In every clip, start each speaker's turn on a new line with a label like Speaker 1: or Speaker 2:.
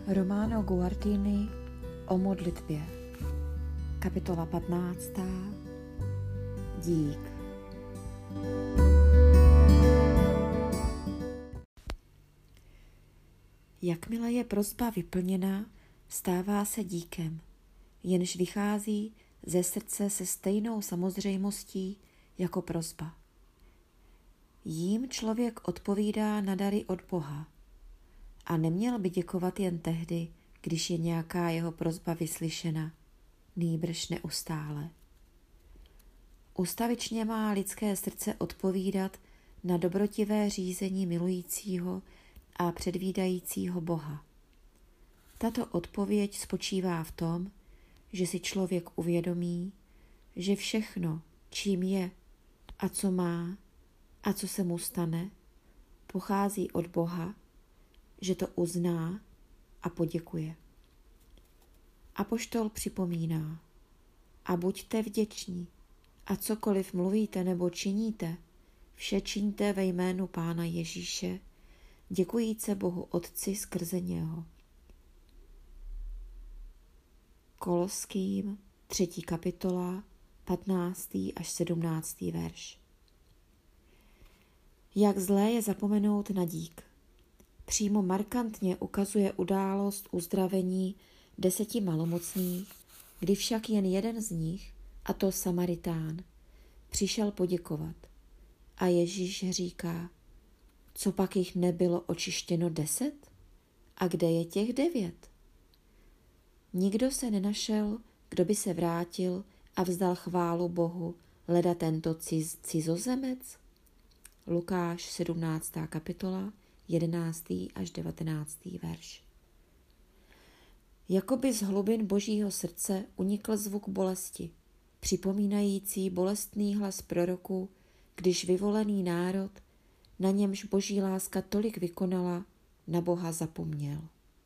Speaker 1: Romano Guardini o modlitbě. Kapitola 15. Dík. Jakmile je prosba vyplněna, stává se díkem, jenž vychází ze srdce se stejnou samozřejmostí jako prosba. Jím člověk odpovídá na dary od Boha a neměl by děkovat jen tehdy, když je nějaká jeho prosba vyslyšena, nýbrž neustále. Ustavičně má lidské srdce odpovídat na dobrotivé řízení milujícího a předvídajícího Boha. Tato odpověď spočívá v tom, že si člověk uvědomí, že všechno, čím je a co má a co se mu stane, pochází od Boha, že to uzná a poděkuje. Apoštol připomíná: a buďte vděční, a cokoliv mluvíte nebo činíte, vše čiňte ve jménu Pána Ježíše, děkujíce Bohu Otci skrze něho. Koloským 3. kapitola 15. až 17. verš. Jak zlé je zapomenout na dík. Přímo markantně ukazuje událost uzdravení 10 malomocných, kdy však jen jeden z nich, a to Samaritán, přišel poděkovat. A Ježíš říká: co pak jich nebylo očištěno 10? A kde je těch 9? Nikdo se nenašel, kdo by se vrátil a vzdal chválu Bohu, leda tento cizozemec? Lukáš 17. kapitola 11. až 19. verš. Jakoby z hlubin Božího srdce unikl zvuk bolesti, připomínající bolestný hlas proroků, když vyvolený národ, na němž Boží láska tolik vykonala, na Boha zapomněl.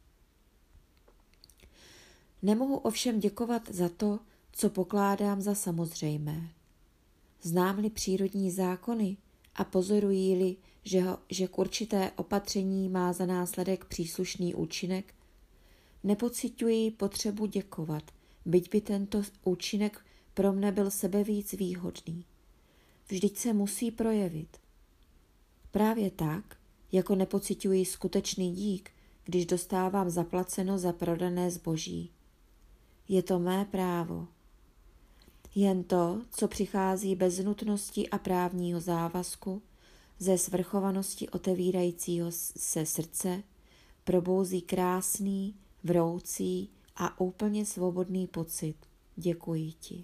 Speaker 1: Nemohu ovšem děkovat za to, co pokládám za samozřejmé. Znám-li přírodní zákony a pozoruji-li, že k určité opatření má za následek příslušný účinek, nepociťuji potřebu děkovat, byť by tento účinek pro mne byl sebevíc výhodný. Vždyť se musí projevit. Právě tak, jako nepociťuji skutečný dík, když dostávám zaplaceno za prodané zboží. Je to mé právo. Jen to, co přichází bez nutnosti a právního závazku, ze svrchovanosti otevírajícího se srdce, probouzí krásný, vroucí a úplně svobodný pocit: děkuji ti.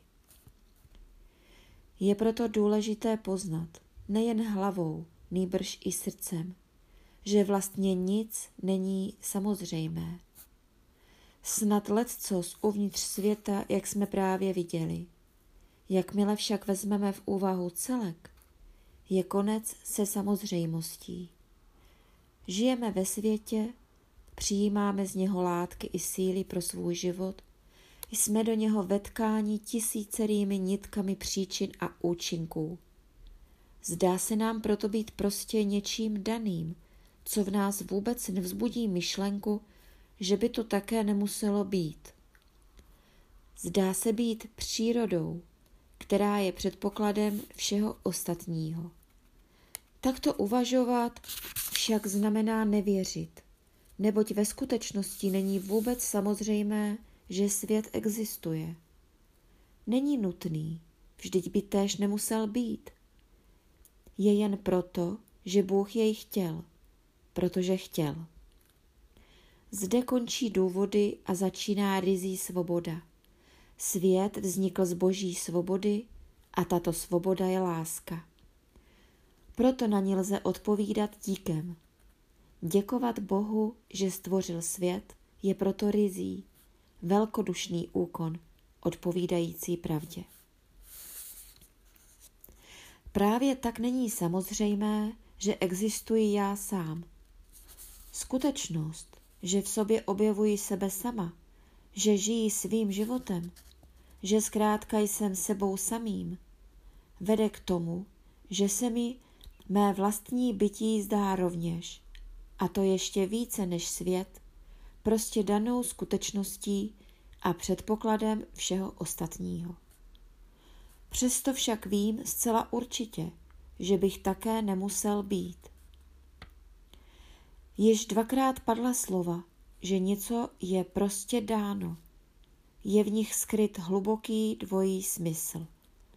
Speaker 1: Je proto důležité poznat, nejen hlavou, nýbrž i srdcem, že vlastně nic není samozřejmé. Snad leccos uvnitř světa, jak jsme právě viděli. Jakmile však vezmeme v úvahu celek, je konec se samozřejmostí. Žijeme ve světě, přijímáme z něho látky i síly pro svůj život, jsme do něho vetkáni tisícerými nitkami příčin a účinků. Zdá se nám proto být prostě něčím daným, co v nás vůbec nevzbudí myšlenku, že by to také nemuselo být. Zdá se být přírodou, která je předpokladem všeho ostatního. Takto uvažovat však znamená nevěřit, neboť ve skutečnosti není vůbec samozřejmé, že svět existuje. Není nutný, vždyť by též nemusel být. Je jen proto, že Bůh jej chtěl, protože chtěl. Zde končí důvody a začíná ryzí svoboda. Svět vznikl z Boží svobody a tato svoboda je láska. Proto na ní lze odpovídat díkem. Děkovat Bohu, že stvořil svět, je proto ryzí, velkodušný úkon, odpovídající pravdě. Právě tak není samozřejmé, že existuji já sám. Skutečnost, že v sobě objevuji sebe sama, že žiji svým životem, že zkrátka jsem sebou samým, vede k tomu, že se mi mé vlastní bytí zdá rovněž, a to ještě více než svět, prostě danou skutečností a předpokladem všeho ostatního. Přesto však vím zcela určitě, že bych také nemusel být. Již dvakrát padla slova, že něco je prostě dáno. Je v nich skryt hluboký dvojí smysl.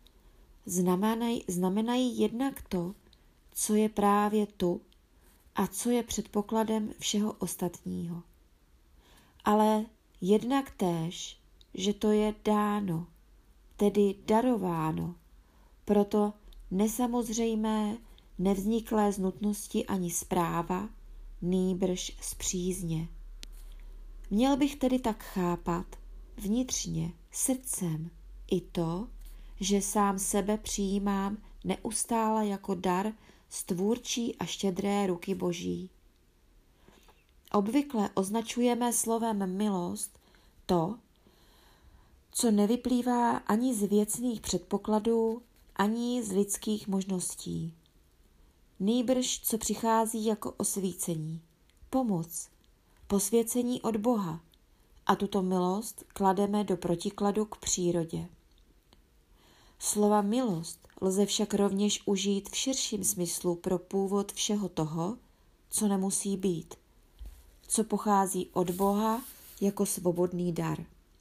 Speaker 1: Znamenají jednak to, co je právě tu a co je předpokladem všeho ostatního. Ale jednak též, že to je dáno, tedy darováno, proto nesamozřejmé, nevzniklé z nutnosti ani zpráva, nýbrž z přízně. Měl bych tedy tak chápat vnitřně, srdcem i to, že sám sebe přijímám neustále jako dar z tvůrčí a štědré ruky Boží. Obvykle označujeme slovem milost to, co nevyplývá ani z věcných předpokladů, ani z lidských možností. Nýbrž, co přichází jako osvícení, pomoc, posvěcení od Boha, a tuto milost klademe do protikladu k přírodě. Slova milost lze však rovněž užít v širším smyslu pro původ všeho toho, co nemusí být, co pochází od Boha jako svobodný dar.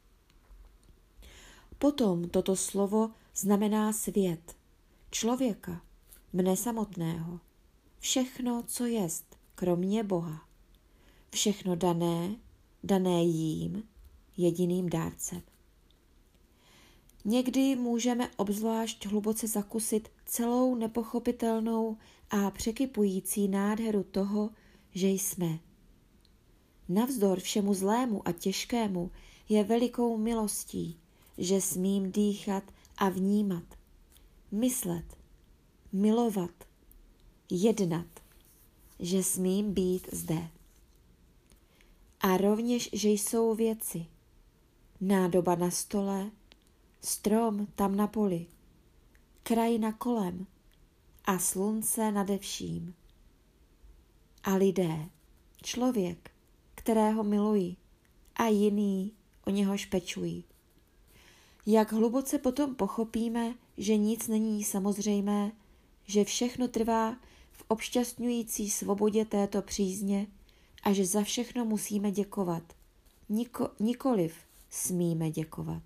Speaker 1: Potom toto slovo znamená svět, člověka, mne samotného, všechno, co jest, kromě Boha, všechno dané jím, jediným dárcem. Někdy můžeme obzvlášť hluboce zakusit celou nepochopitelnou a překypující nádheru toho, že jsme. Navzdor všemu zlému a těžkému je velikou milostí, že smím dýchat a vnímat, myslet, milovat, jednat, že smím být zde. A rovněž, že jsou věci, nádoba na stole, strom tam na poli, krajina kolem a slunce nade vším. A lidé, člověk, kterého miluji, a jiný, o něhož pečují. Jak hluboce potom pochopíme, že nic není samozřejmé, že všechno trvá v obšťastňující svobodě této přízně a že za všechno musíme děkovat. Nikoliv smíme děkovat.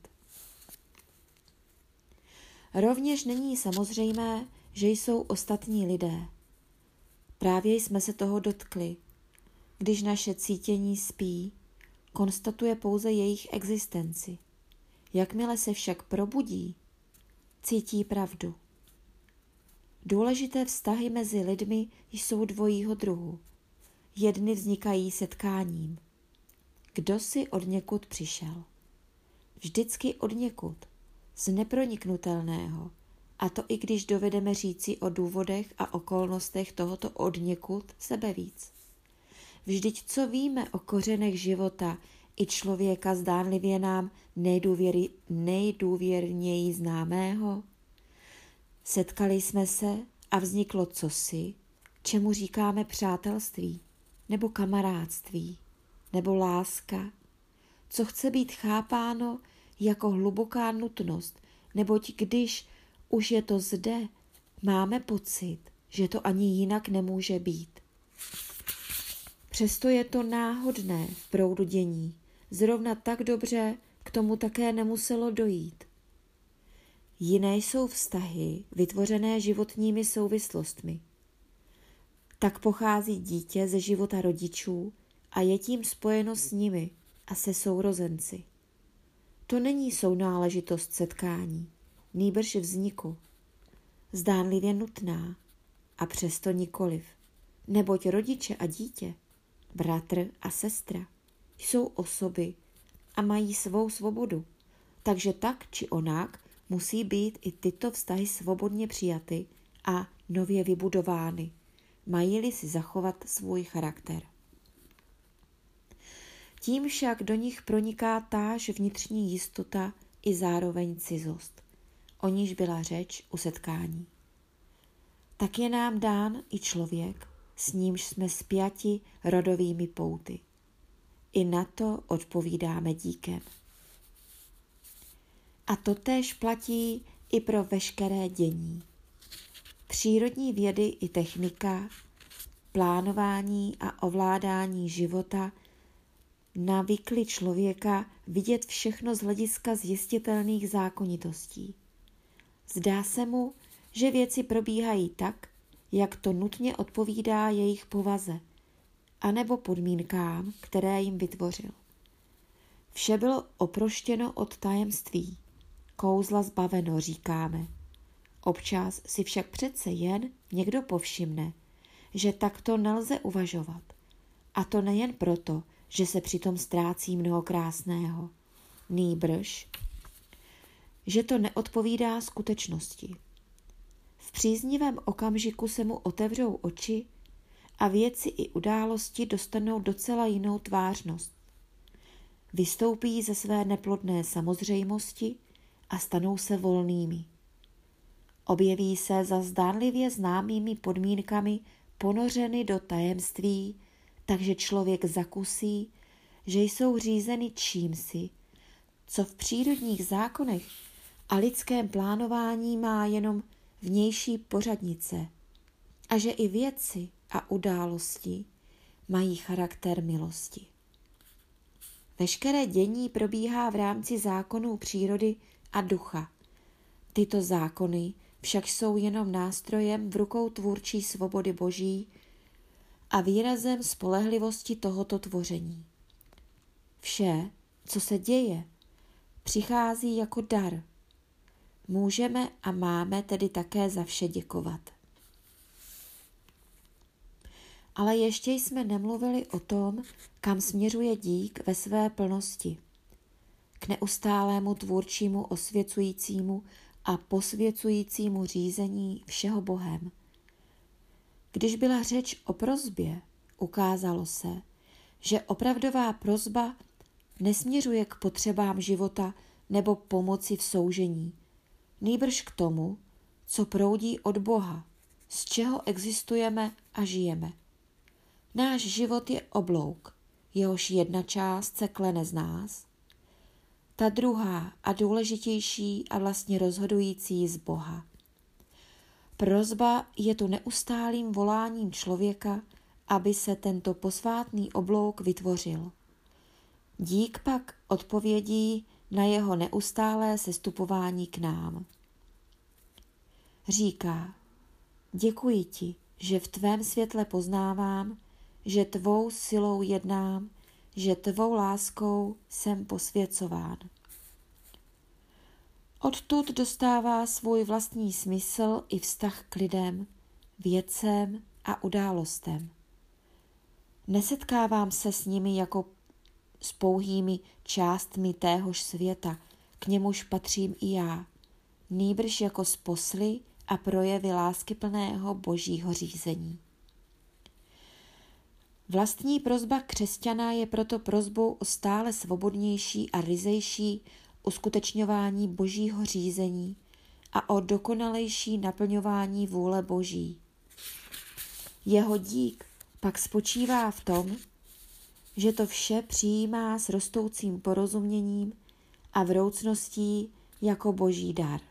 Speaker 1: Rovněž není samozřejmé, že jsou ostatní lidé. Právě jsme se toho dotkli. Když naše cítění spí, konstatuje pouze jejich existenci. Jakmile se však probudí, cítí pravdu. Důležité vztahy mezi lidmi jsou dvojího druhu. Jedny vznikají setkáním. Kdo si odněkud přišel? Vždycky odněkud, z neproniknutelného, a to i když dovedeme říci o důvodech a okolnostech tohoto odněkud sebevíc. Vždyť co víme o kořenech života i člověka zdánlivě nám nejdůvěrněji známého? Setkali jsme se a vzniklo cosi, čemu říkáme přátelství, nebo kamarádství, nebo láska, co chce být chápáno jako hluboká nutnost, neboť když už je to zde, máme pocit, že to ani jinak nemůže být. Přesto je to náhodné v proudu dění, zrovna tak dobře k tomu také nemuselo dojít. Jiné jsou vztahy vytvořené životními souvislostmi. Tak pochází dítě ze života rodičů a je tím spojeno s nimi a se sourozenci. To není sounáležitost setkání, nýbrž vzniku, zdánlivě nutná a přesto nikoliv, neboť rodiče a dítě, bratr a sestra jsou osoby a mají svou svobodu, takže tak či onak musí být i tyto vztahy svobodně přijaty a nově vybudovány, mají-li si zachovat svůj charakter. Tím však do nich proniká táž vnitřní jistota i zároveň cizost, o níž byla řeč u setkání. Tak je nám dán i člověk, s nímž jsme spjati rodovými pouty. i na to odpovídáme díkem. A totéž platí i pro veškeré dění. Přírodní vědy i technika, plánování a ovládání života navykli člověka vidět všechno z hlediska zjistitelných zákonitostí. Zdá se mu, že věci probíhají tak, jak to nutně odpovídá jejich povaze, anebo podmínkám, které jim vytvořil. Vše bylo oproštěno od tajemství, kouzla zbaveno, říkáme. Občas si však přece jen někdo povšimne, že takto nelze uvažovat. A to nejen proto, že se přitom ztrácí mnoho krásného. Nýbrž, že to neodpovídá skutečnosti. V příznivém okamžiku se mu otevřou oči a věci i události dostanou docela jinou tvářnost. Vystoupí ze své neplodné samozřejmosti a stanou se volnými. Objeví se za zdánlivě známými podmínkami ponořeny do tajemství, takže člověk zakusí, že jsou řízeny čímsi, co v přírodních zákonech a lidském plánování má jenom vnější pořadnice a že i věci a události mají charakter milosti. Veškeré dění probíhá v rámci zákonů přírody a ducha. Tyto zákony však jsou jenom nástrojem v rukou tvůrčí svobody Boží a výrazem spolehlivosti tohoto tvoření. Vše, co se děje, přichází jako dar. Můžeme a máme tedy také za vše děkovat. Ale ještě jsme nemluvili o tom, kam směřuje dík ve své plnosti. K neustálému tvůrčímu osvěcujícímu a posvěcujícímu řízení všeho Bohem. Když byla řeč o prosbě, ukázalo se, že opravdová prosba nesměřuje k potřebám života nebo pomoci v soužení, nýbrž k tomu, co proudí od Boha, z čeho existujeme a žijeme. Náš život je oblouk, jehož jedna část se klene z nás, ta druhá a důležitější a vlastně rozhodující z Boha. Prosba je tu neustálým voláním člověka, aby se tento posvátný oblouk vytvořil. Dík pak odpovědí na jeho neustálé sestupování k nám. Říká, děkuji ti, že v tvém světle poznávám, že tvou silou jednám, že tvou láskou jsem posvěcován. Odtud dostává svůj vlastní smysl i vztah k lidem, věcem a událostem. Nesetkávám se s nimi jako s pouhými částmi téhož světa, k němuž patřím i já, nýbrž jako s posly a projevy láskyplného Božího řízení. Vlastní prosba křesťana je proto prosbou o stále svobodnější a ryzejší uskutečňování Božího řízení a o dokonalejší naplňování vůle Boží. Jeho dík pak spočívá v tom, že to vše přijímá s rostoucím porozuměním a vroucností jako Boží dar.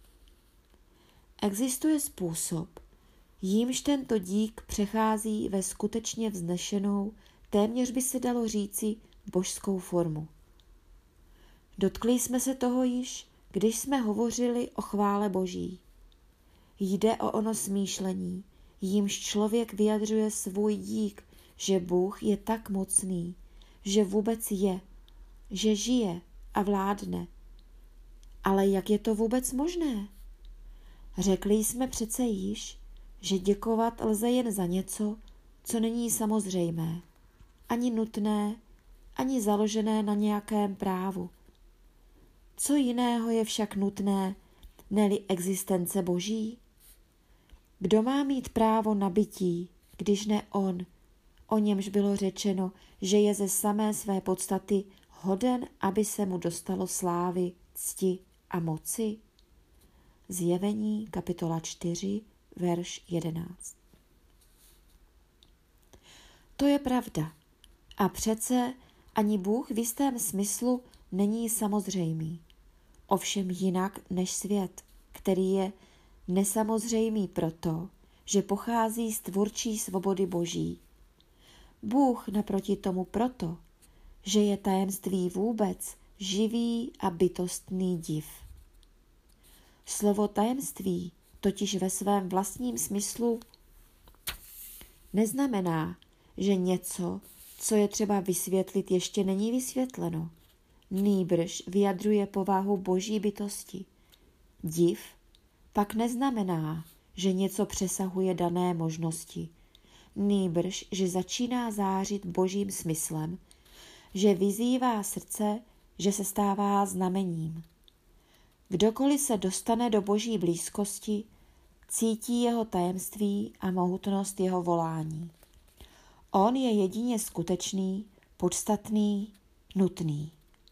Speaker 1: Existuje způsob, jímž tento dík přechází ve skutečně vznešenou, téměř by se dalo říci, božskou formu. Dotkli jsme se toho již, když jsme hovořili o chvále Boží. Jde o ono smýšlení, jímž člověk vyjadřuje svůj dík, že Bůh je tak mocný, že vůbec je, že žije a vládne. Ale jak je to vůbec možné? Řekli jsme přece již, že děkovat lze jen za něco, co není samozřejmé, ani nutné, ani založené na nějakém právu. Co jiného je však nutné, ne-li existence Boží? Kdo má mít právo na bytí, když ne on, o němž bylo řečeno, že je ze samé své podstaty hoden, aby se mu dostalo slávy, cti a moci? Zjevení, kapitola 4, verš 11. To je pravda. A přece Ani Bůh v jistém smyslu není samozřejmý, ovšem jinak než svět, který je nesamozřejmý proto, že pochází z tvůrčí svobody Boží. Bůh naproti tomu proto, že je tajemství vůbec živý a bytostný div. Slovo tajemství totiž ve svém vlastním smyslu neznamená, že něco, co je třeba vysvětlit, ještě není vysvětleno. Nýbrž vyjadruje povahu Boží bytosti. Div pak neznamená, že něco přesahuje dané možnosti. Nýbrž, že začíná zářit Božím smyslem, že vyzývá srdce, že se stává znamením. Kdokoliv se dostane do Boží blízkosti, cítí jeho tajemství a mohutnost jeho volání. On je jedině skutečný, podstatný, nutný.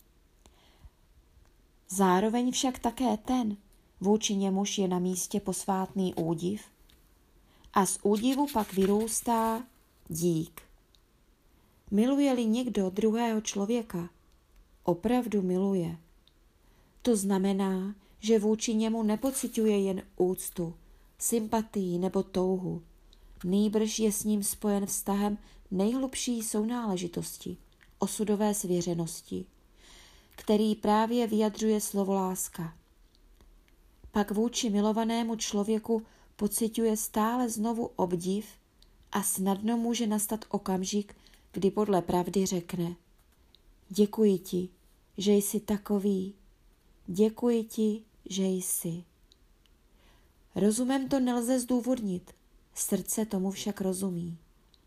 Speaker 1: Zároveň však také ten, vůči němuž je na místě posvátný údiv, a z údivu pak vyrůstá dík. Miluje-li někdo druhého člověka, opravdu miluje. To znamená, že vůči němu nepociťuje jen úctu, sympatii nebo touhu, nýbrž je s ním spojen vztahem nejhlubší sounáležitosti, osudové svěřenosti, který právě vyjadřuje slovo láska. Pak vůči milovanému člověku pociťuje stále znovu obdiv a snadno může nastat okamžik, kdy podle pravdy řekne: děkuji ti, že jsi takový, děkuji ti, že jsi. Rozumem to nelze zdůvodnit, srdce tomu však rozumí.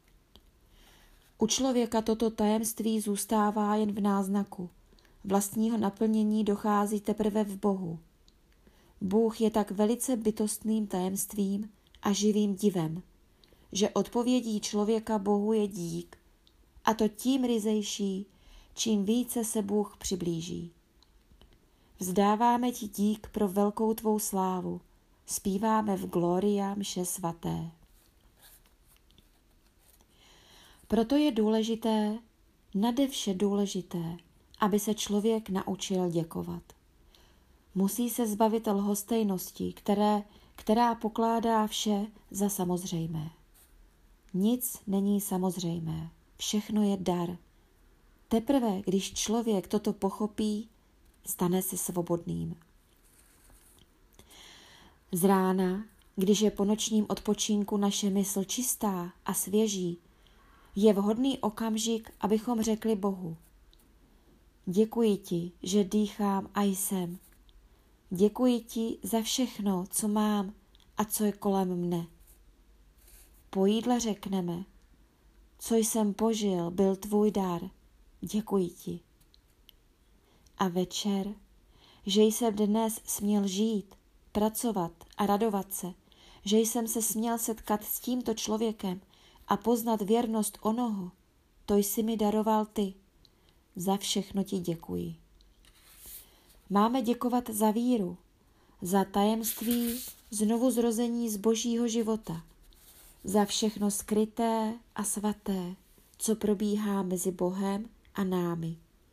Speaker 1: U člověka toto tajemství zůstává jen v náznaku, vlastního naplnění dochází teprve v Bohu. Bůh je tak velice bytostným tajemstvím a živým divem, že odpovědí člověka Bohu je dík, a to tím ryzejší, čím více se Bůh přiblíží. Vzdáváme ti dík pro velkou tvou slávu, zpíváme v Gloria mše svaté. Proto je důležité, nade vše důležité, aby se člověk naučil děkovat. Musí se zbavit lhostejnosti, která pokládá vše za samozřejmé. Nic není samozřejmé, všechno je dar. Teprve, když člověk toto pochopí, stane se svobodným. Z rána, když je po nočním odpočinku naše mysl čistá a svěží, je vhodný okamžik, abychom řekli Bohu: děkuji ti, že dýchám a jsem. Děkuji ti za všechno, co mám a co je kolem mne. Po jídle řekneme: co jsem požil, byl tvůj dar, děkuji ti. A večer, že jsem dnes směl žít, pracovat a radovat se, že jsem se směl setkat s tímto člověkem a poznat věrnost onoho, to jsi mi daroval ty. Za všechno ti děkuji. Máme děkovat za víru, za tajemství znovuzrození z Božího života, za všechno skryté a svaté, co probíhá mezi Bohem a námi.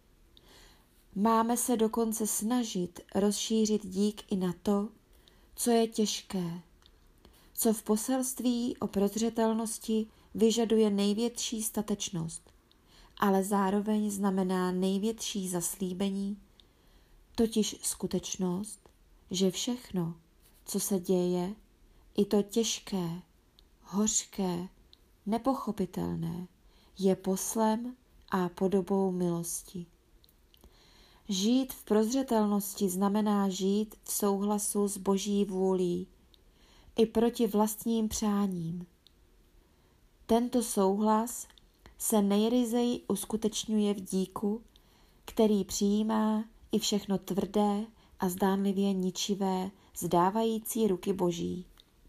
Speaker 1: Máme se dokonce snažit rozšířit dík i na to, co je těžké, co v poselství o prozřetelnosti vyžaduje největší statečnost, ale zároveň znamená největší zaslíbení, totiž skutečnost, že všechno, co se děje, i to těžké, hořké, nepochopitelné, je poslem a podobou milosti. Žít v prozřetelnosti znamená žít v souhlasu s Boží vůlí i proti vlastním přáním. Tento souhlas se nejryzeji uskutečňuje v díku, který přijímá i všechno tvrdé a zdánlivě ničivé zdávající ruky Boží.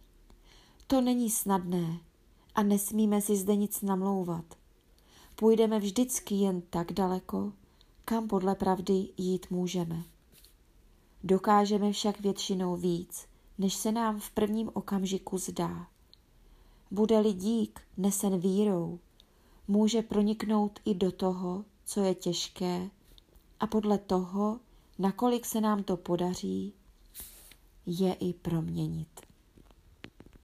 Speaker 1: To není snadné a nesmíme si zde nic namlouvat. Půjdeme vždycky jen tak daleko, kam podle pravdy jít můžeme. Dokážeme však většinou víc, než se nám v prvním okamžiku zdá. Bude-li dík nesen vírou, může proniknout i do toho, co je těžké, a podle toho, nakolik se nám to podaří, je i proměnit.